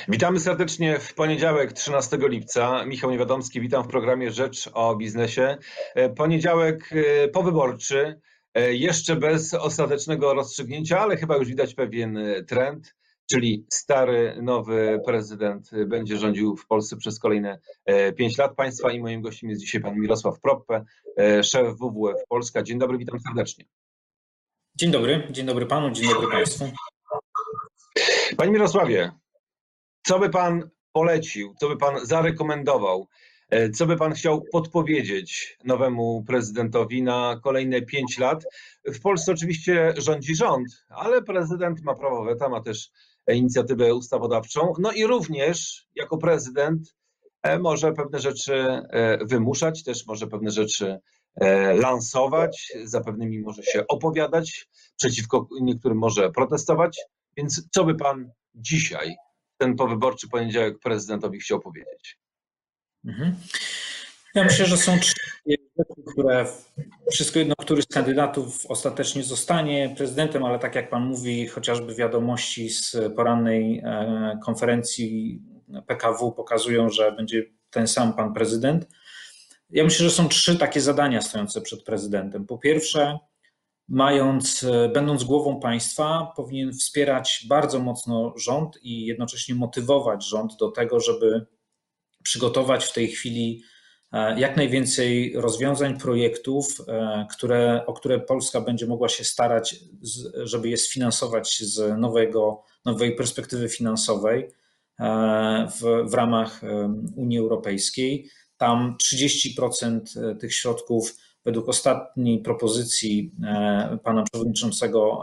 Witamy serdecznie w poniedziałek, 13 lipca. Michał Niewiadomski, witam w programie Rzecz o Biznesie. Poniedziałek powyborczy, jeszcze bez ostatecznego rozstrzygnięcia, ale chyba już widać pewien trend, czyli stary, nowy prezydent będzie rządził w Polsce przez kolejne 5 lat. Państwa i moim gościem jest dzisiaj pan Mirosław Proppe, szef WWF Polska. Dzień dobry, witam serdecznie. Dzień dobry panu, dzień dobry państwu. Panie Mirosławie, co by pan polecił, co by pan zarekomendował, co by pan chciał podpowiedzieć nowemu prezydentowi na kolejne 5 lat? W Polsce oczywiście rządzi rząd, ale prezydent ma prawo weta, ma też inicjatywę ustawodawczą, no i również jako prezydent może pewne rzeczy wymuszać, też może pewne rzeczy lansować, za pewnymi może się opowiadać, przeciwko niektórym może protestować. Więc co by pan dzisiaj, ten powyborczy poniedziałek, prezydentowi chciał powiedzieć? Ja myślę, że są trzy rzeczy, które wszystko jedno, który z kandydatów ostatecznie zostanie prezydentem, ale tak jak pan mówi, chociażby wiadomości z porannej konferencji PKW pokazują, że będzie ten sam pan prezydent. Ja myślę, że są trzy takie zadania stojące przed prezydentem. Po pierwsze, będąc głową państwa, powinien wspierać bardzo mocno rząd i jednocześnie motywować rząd do tego, żeby przygotować w tej chwili jak najwięcej rozwiązań, projektów, o które Polska będzie mogła się starać, żeby je sfinansować z nowej perspektywy finansowej w ramach Unii Europejskiej. Tam 30% tych środków według ostatniej propozycji pana przewodniczącego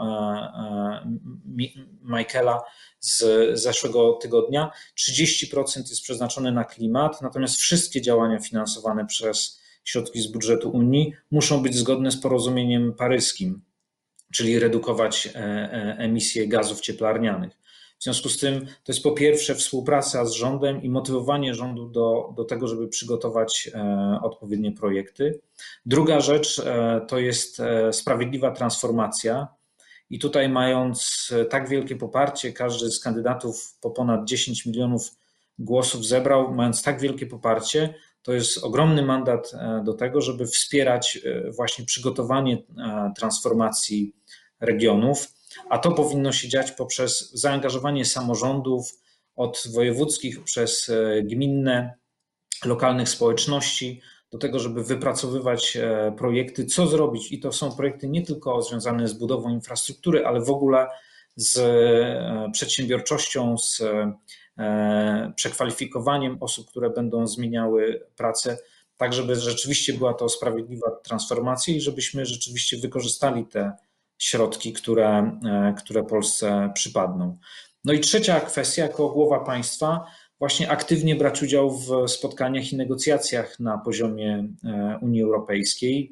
Michaela z zeszłego tygodnia, 30% jest przeznaczone na klimat, natomiast wszystkie działania finansowane przez środki z budżetu Unii muszą być zgodne z porozumieniem paryskim, czyli redukować emisje gazów cieplarnianych. W związku z tym to jest po pierwsze współpraca z rządem i motywowanie rządu do tego, żeby przygotować odpowiednie projekty. Druga rzecz to jest sprawiedliwa transformacja i tutaj mając tak wielkie poparcie, każdy z kandydatów po ponad 10 milionów głosów zebrał, mając tak wielkie poparcie, to jest ogromny mandat do tego, żeby wspierać właśnie przygotowanie transformacji regionów. A to powinno się dziać poprzez zaangażowanie samorządów od wojewódzkich przez gminne, lokalnych społeczności do tego, żeby wypracowywać projekty, co zrobić. I to są projekty nie tylko związane z budową infrastruktury, ale w ogóle z przedsiębiorczością, z przekwalifikowaniem osób, które będą zmieniały pracę, tak żeby rzeczywiście była to sprawiedliwa transformacja i żebyśmy rzeczywiście wykorzystali te środki, które Polsce przypadną. No i trzecia kwestia, jako głowa państwa, właśnie aktywnie brać udział w spotkaniach i negocjacjach na poziomie Unii Europejskiej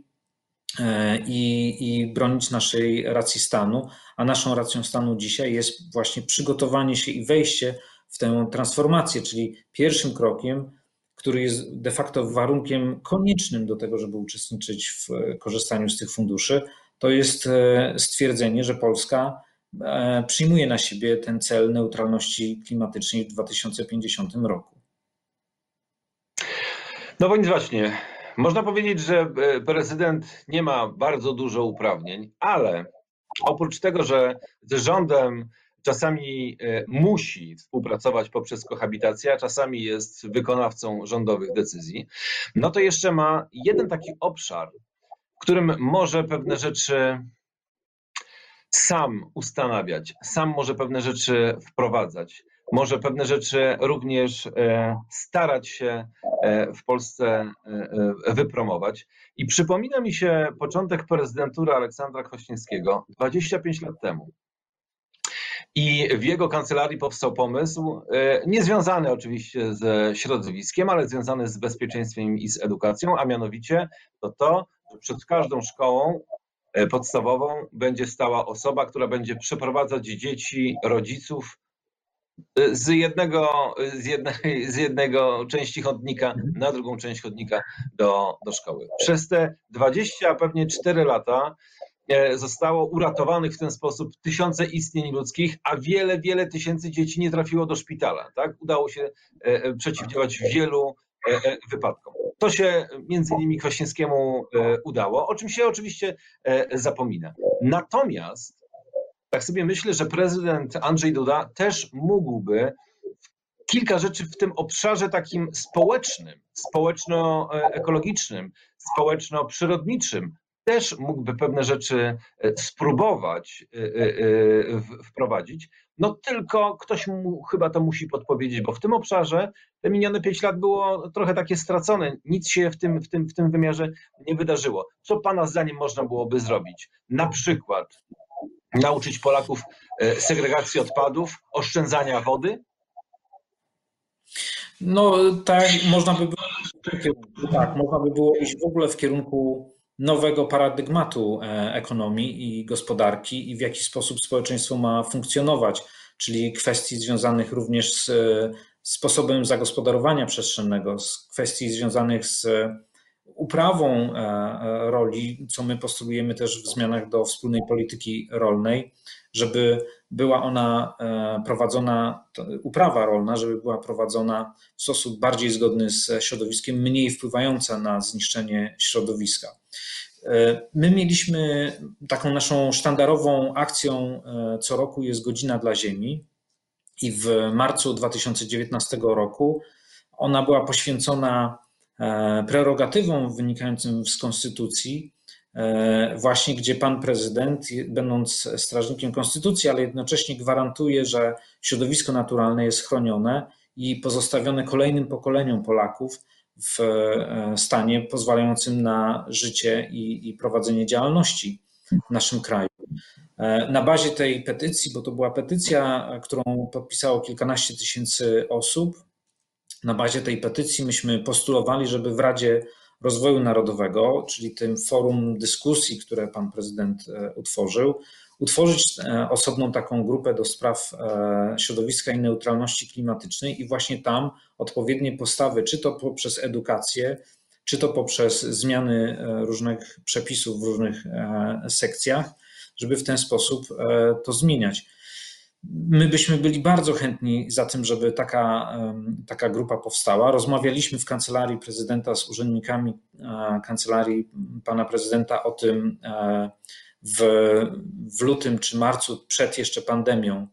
i bronić naszej racji stanu, a naszą racją stanu dzisiaj jest właśnie przygotowanie się i wejście w tę transformację, czyli pierwszym krokiem, który jest de facto warunkiem koniecznym do tego, żeby uczestniczyć w korzystaniu z tych funduszy, to jest stwierdzenie, że Polska przyjmuje na siebie ten cel neutralności klimatycznej w 2050 roku. No więc właśnie, można powiedzieć, że prezydent nie ma bardzo dużo uprawnień, ale oprócz tego, że z rządem czasami musi współpracować poprzez kohabitację, a czasami jest wykonawcą rządowych decyzji, no to jeszcze ma jeden taki obszar, w którym może pewne rzeczy sam ustanawiać, sam może pewne rzeczy wprowadzać, może pewne rzeczy również starać się w Polsce wypromować. I przypomina mi się początek prezydentury Aleksandra Kwaśniewskiego 25 lat temu. I w jego kancelarii powstał pomysł, niezwiązany oczywiście ze środowiskiem, ale związany z bezpieczeństwem i z edukacją, a mianowicie to, że przed każdą szkołą podstawową będzie stała osoba, która będzie przeprowadzać dzieci, rodziców z jednego części chodnika na drugą część chodnika do szkoły. Przez te 20, a pewnie 4 lata zostało uratowanych w ten sposób tysiące istnień ludzkich, a wiele, wiele tysięcy dzieci nie trafiło do szpitala. Tak? Udało się przeciwdziałać wielu wypadkom. To się między innymi Kwaśniewskiemu udało, o czym się oczywiście zapomina. Natomiast tak sobie myślę, że prezydent Andrzej Duda też mógłby kilka rzeczy w tym obszarze takim społecznym, społeczno-ekologicznym, społeczno-przyrodniczym też mógłby pewne rzeczy spróbować wprowadzić. No tylko ktoś mu chyba to musi podpowiedzieć, bo w tym obszarze te minione 5 lat było trochę takie stracone. Nic się w tym wymiarze nie wydarzyło. Co pana zdaniem można byłoby zrobić? Na przykład nauczyć Polaków segregacji odpadów, oszczędzania wody? No tak, można by było iść w ogóle w kierunku nowego paradygmatu ekonomii i gospodarki i w jaki sposób społeczeństwo ma funkcjonować, czyli kwestii związanych również z sposobem zagospodarowania przestrzennego, z kwestii związanych z uprawą roli, co my postulujemy też w zmianach do wspólnej polityki rolnej, żeby była ona prowadzona, uprawa rolna, żeby była prowadzona w sposób bardziej zgodny z środowiskiem, mniej wpływająca na zniszczenie środowiska. My mieliśmy taką naszą sztandarową akcją co roku jest Godzina dla Ziemi i w marcu 2019 roku ona była poświęcona prerogatywom wynikającym z konstytucji, właśnie gdzie pan prezydent, będąc strażnikiem konstytucji, ale jednocześnie gwarantuje, że środowisko naturalne jest chronione i pozostawione kolejnym pokoleniom Polaków w stanie pozwalającym na życie i prowadzenie działalności w naszym kraju. Na bazie tej petycji, bo to była petycja, którą podpisało kilkanaście tysięcy osób, na bazie tej petycji myśmy postulowali, żeby w Radzie Rozwoju Narodowego, czyli tym forum dyskusji, które pan prezydent utworzyć osobną taką grupę do spraw środowiska i neutralności klimatycznej i właśnie tam odpowiednie postawy, czy to poprzez edukację, czy to poprzez zmiany różnych przepisów w różnych sekcjach, żeby w ten sposób to zmieniać. My byśmy byli bardzo chętni za tym, żeby taka grupa powstała. Rozmawialiśmy w kancelarii prezydenta z urzędnikami kancelarii pana prezydenta o tym w lutym czy marcu, przed jeszcze pandemią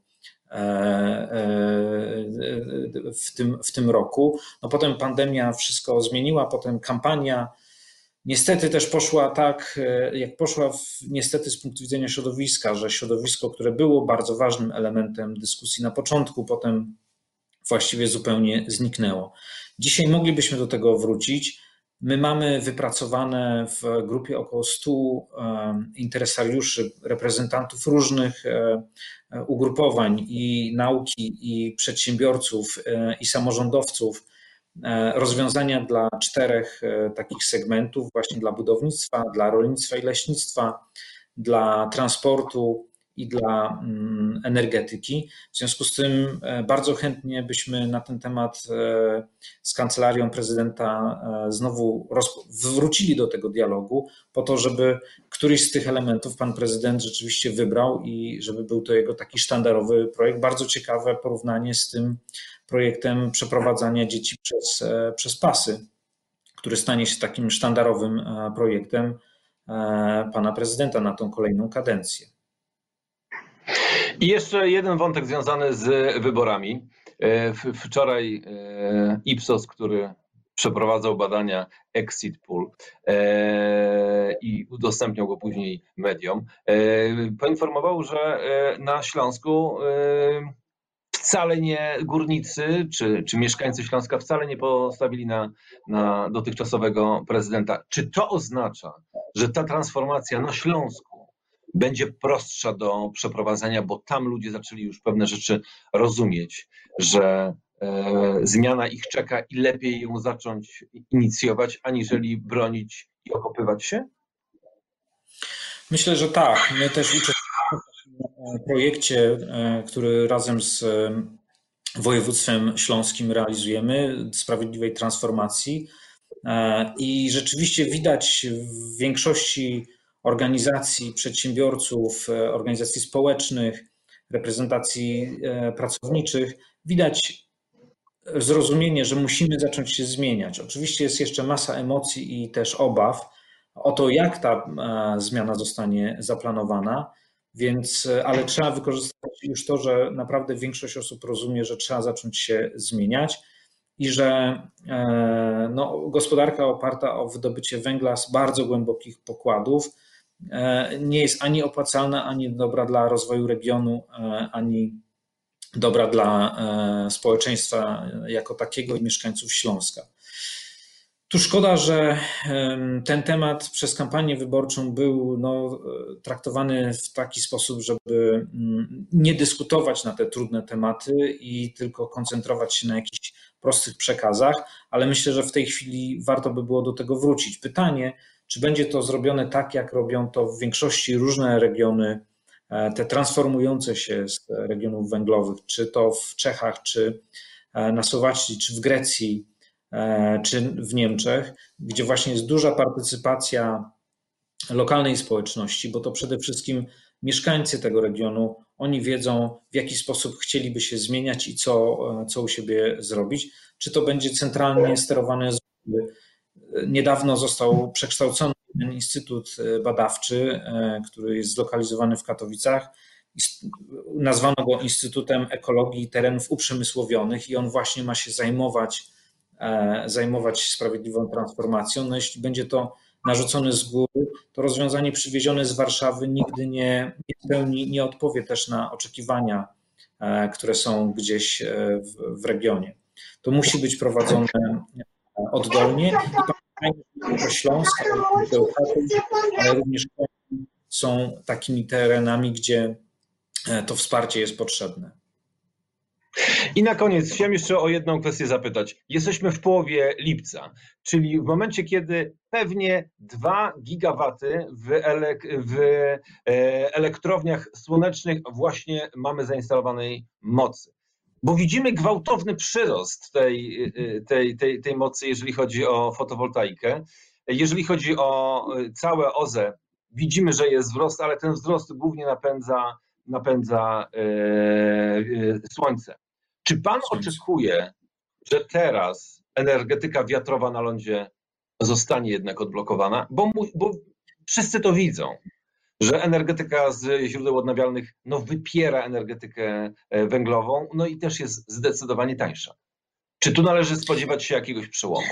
w tym roku. No potem pandemia wszystko zmieniła, potem kampania niestety też poszła tak, jak poszła niestety z punktu widzenia środowiska, że środowisko, które było bardzo ważnym elementem dyskusji na początku, potem właściwie zupełnie zniknęło. Dzisiaj moglibyśmy do tego wrócić. My mamy wypracowane w grupie około 100 interesariuszy, reprezentantów różnych ugrupowań i nauki, i przedsiębiorców, i samorządowców, rozwiązania dla 4 takich segmentów, właśnie dla budownictwa, dla rolnictwa i leśnictwa, dla transportu i dla energetyki. W związku z tym bardzo chętnie byśmy na ten temat z kancelarią prezydenta znowu wrócili do tego dialogu, po to, żeby któryś z tych elementów pan prezydent rzeczywiście wybrał i żeby był to jego taki sztandarowy projekt. Bardzo ciekawe porównanie z tym projektem przeprowadzania dzieci przez pasy, który stanie się takim sztandarowym projektem pana prezydenta na tą kolejną kadencję. I jeszcze jeden wątek związany z wyborami. Wczoraj Ipsos, który przeprowadzał badania Exit Poll i udostępniał go później mediom, poinformował, że na Śląsku wcale nie górnicy czy mieszkańcy Śląska wcale nie postawili na dotychczasowego prezydenta. Czy to oznacza, że ta transformacja na Śląsku będzie prostsza do przeprowadzenia, bo tam ludzie zaczęli już pewne rzeczy rozumieć, że zmiana ich czeka i lepiej ją zacząć inicjować, aniżeli bronić i okopywać się? Myślę, że tak. My też uczestniczymy w projekcie, który razem z województwem śląskim realizujemy, sprawiedliwej transformacji. I rzeczywiście widać w większości organizacji przedsiębiorców, organizacji społecznych, reprezentacji pracowniczych, widać zrozumienie, że musimy zacząć się zmieniać. Oczywiście jest jeszcze masa emocji i też obaw o to, jak ta zmiana zostanie zaplanowana, ale trzeba wykorzystać już to, że naprawdę większość osób rozumie, że trzeba zacząć się zmieniać i że gospodarka oparta o wydobycie węgla z bardzo głębokich pokładów nie jest ani opłacalna, ani dobra dla rozwoju regionu, ani dobra dla społeczeństwa jako takiego i mieszkańców Śląska. Tu szkoda, że ten temat przez kampanię wyborczą był traktowany w taki sposób, żeby nie dyskutować na te trudne tematy i tylko koncentrować się na jakichś prostych przekazach, ale myślę, że w tej chwili warto by było do tego wrócić. Pytanie, czy będzie to zrobione tak, jak robią to w większości różne regiony, te transformujące się z regionów węglowych, czy to w Czechach, czy na Słowacji, czy w Grecji, czy w Niemczech, gdzie właśnie jest duża partycypacja lokalnej społeczności, bo to przede wszystkim mieszkańcy tego regionu, oni wiedzą, w jaki sposób chcieliby się zmieniać i co u siebie zrobić. Czy to będzie centralnie sterowane z góry. Niedawno został przekształcony ten instytut badawczy, który jest zlokalizowany w Katowicach. Nazwano go Instytutem Ekologii Terenów Uprzemysłowionych i on właśnie ma się zajmować sprawiedliwą transformacją. No jeśli będzie to narzucone z góry, to rozwiązanie przywiezione z Warszawy nigdy nie odpowie też na oczekiwania, które są gdzieś w regionie. To musi być prowadzone oddolnie i pamiętajmy, że tylko Śląsk, ale również są takimi terenami, gdzie to wsparcie jest potrzebne. I na koniec chciałem jeszcze o jedną kwestię zapytać. Jesteśmy w połowie lipca, czyli w momencie, kiedy pewnie 2 gigawaty w elektrowniach słonecznych właśnie mamy zainstalowanej mocy. Bo widzimy gwałtowny przyrost tej mocy, jeżeli chodzi o fotowoltaikę. Jeżeli chodzi o całe OZE, widzimy, że jest wzrost, ale ten wzrost głównie napędza słońce. Czy pan oczekuje, że teraz energetyka wiatrowa na lądzie zostanie jednak odblokowana? Bo wszyscy to widzą, że energetyka z źródeł odnawialnych wypiera energetykę węglową, i też jest zdecydowanie tańsza. Czy tu należy spodziewać się jakiegoś przełomu?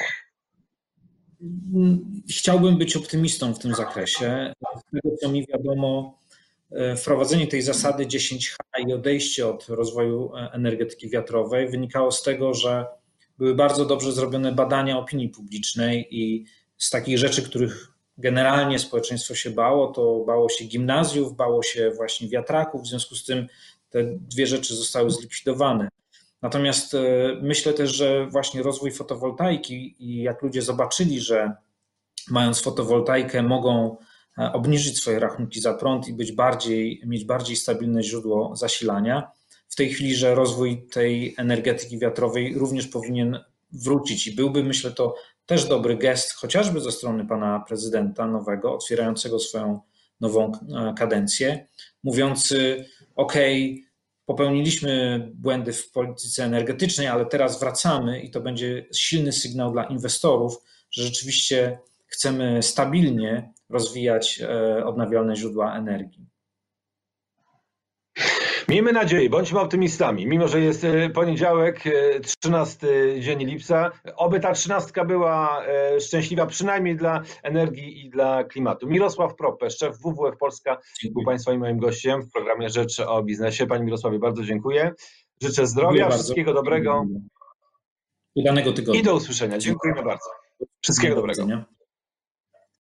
Chciałbym być optymistą w tym zakresie. Z tego, co mi wiadomo, wprowadzenie tej zasady 10H i odejście od rozwoju energetyki wiatrowej wynikało z tego, że były bardzo dobrze zrobione badania opinii publicznej i z takich rzeczy, których generalnie społeczeństwo się bało, to bało się gimnazjów, bało się właśnie wiatraków, w związku z tym te 2 rzeczy zostały zlikwidowane. Natomiast myślę też, że właśnie rozwój fotowoltaiki i jak ludzie zobaczyli, że mając fotowoltaikę mogą obniżyć swoje rachunki za prąd i mieć bardziej stabilne źródło zasilania, w tej chwili, że rozwój tej energetyki wiatrowej również powinien wrócić i byłby, myślę, to też dobry gest, chociażby ze strony pana prezydenta nowego, otwierającego swoją nową kadencję, mówiący: OK, popełniliśmy błędy w polityce energetycznej, ale teraz wracamy i to będzie silny sygnał dla inwestorów, że rzeczywiście chcemy stabilnie rozwijać odnawialne źródła energii. Miejmy nadzieję, bądźmy optymistami, mimo że jest poniedziałek, 13 dzień lipca, oby ta 13 była szczęśliwa przynajmniej dla energii i dla klimatu. Mirosław Propę, szef WWF Polska, był Państwa i moim gościem w programie Rzecz o Biznesie. Panie Mirosławie, bardzo dziękuję. Życzę zdrowia, wszystkiego dobrego. Udanego tygodnia. I do usłyszenia. Dziękujemy bardzo. Wszystkiego dobrego.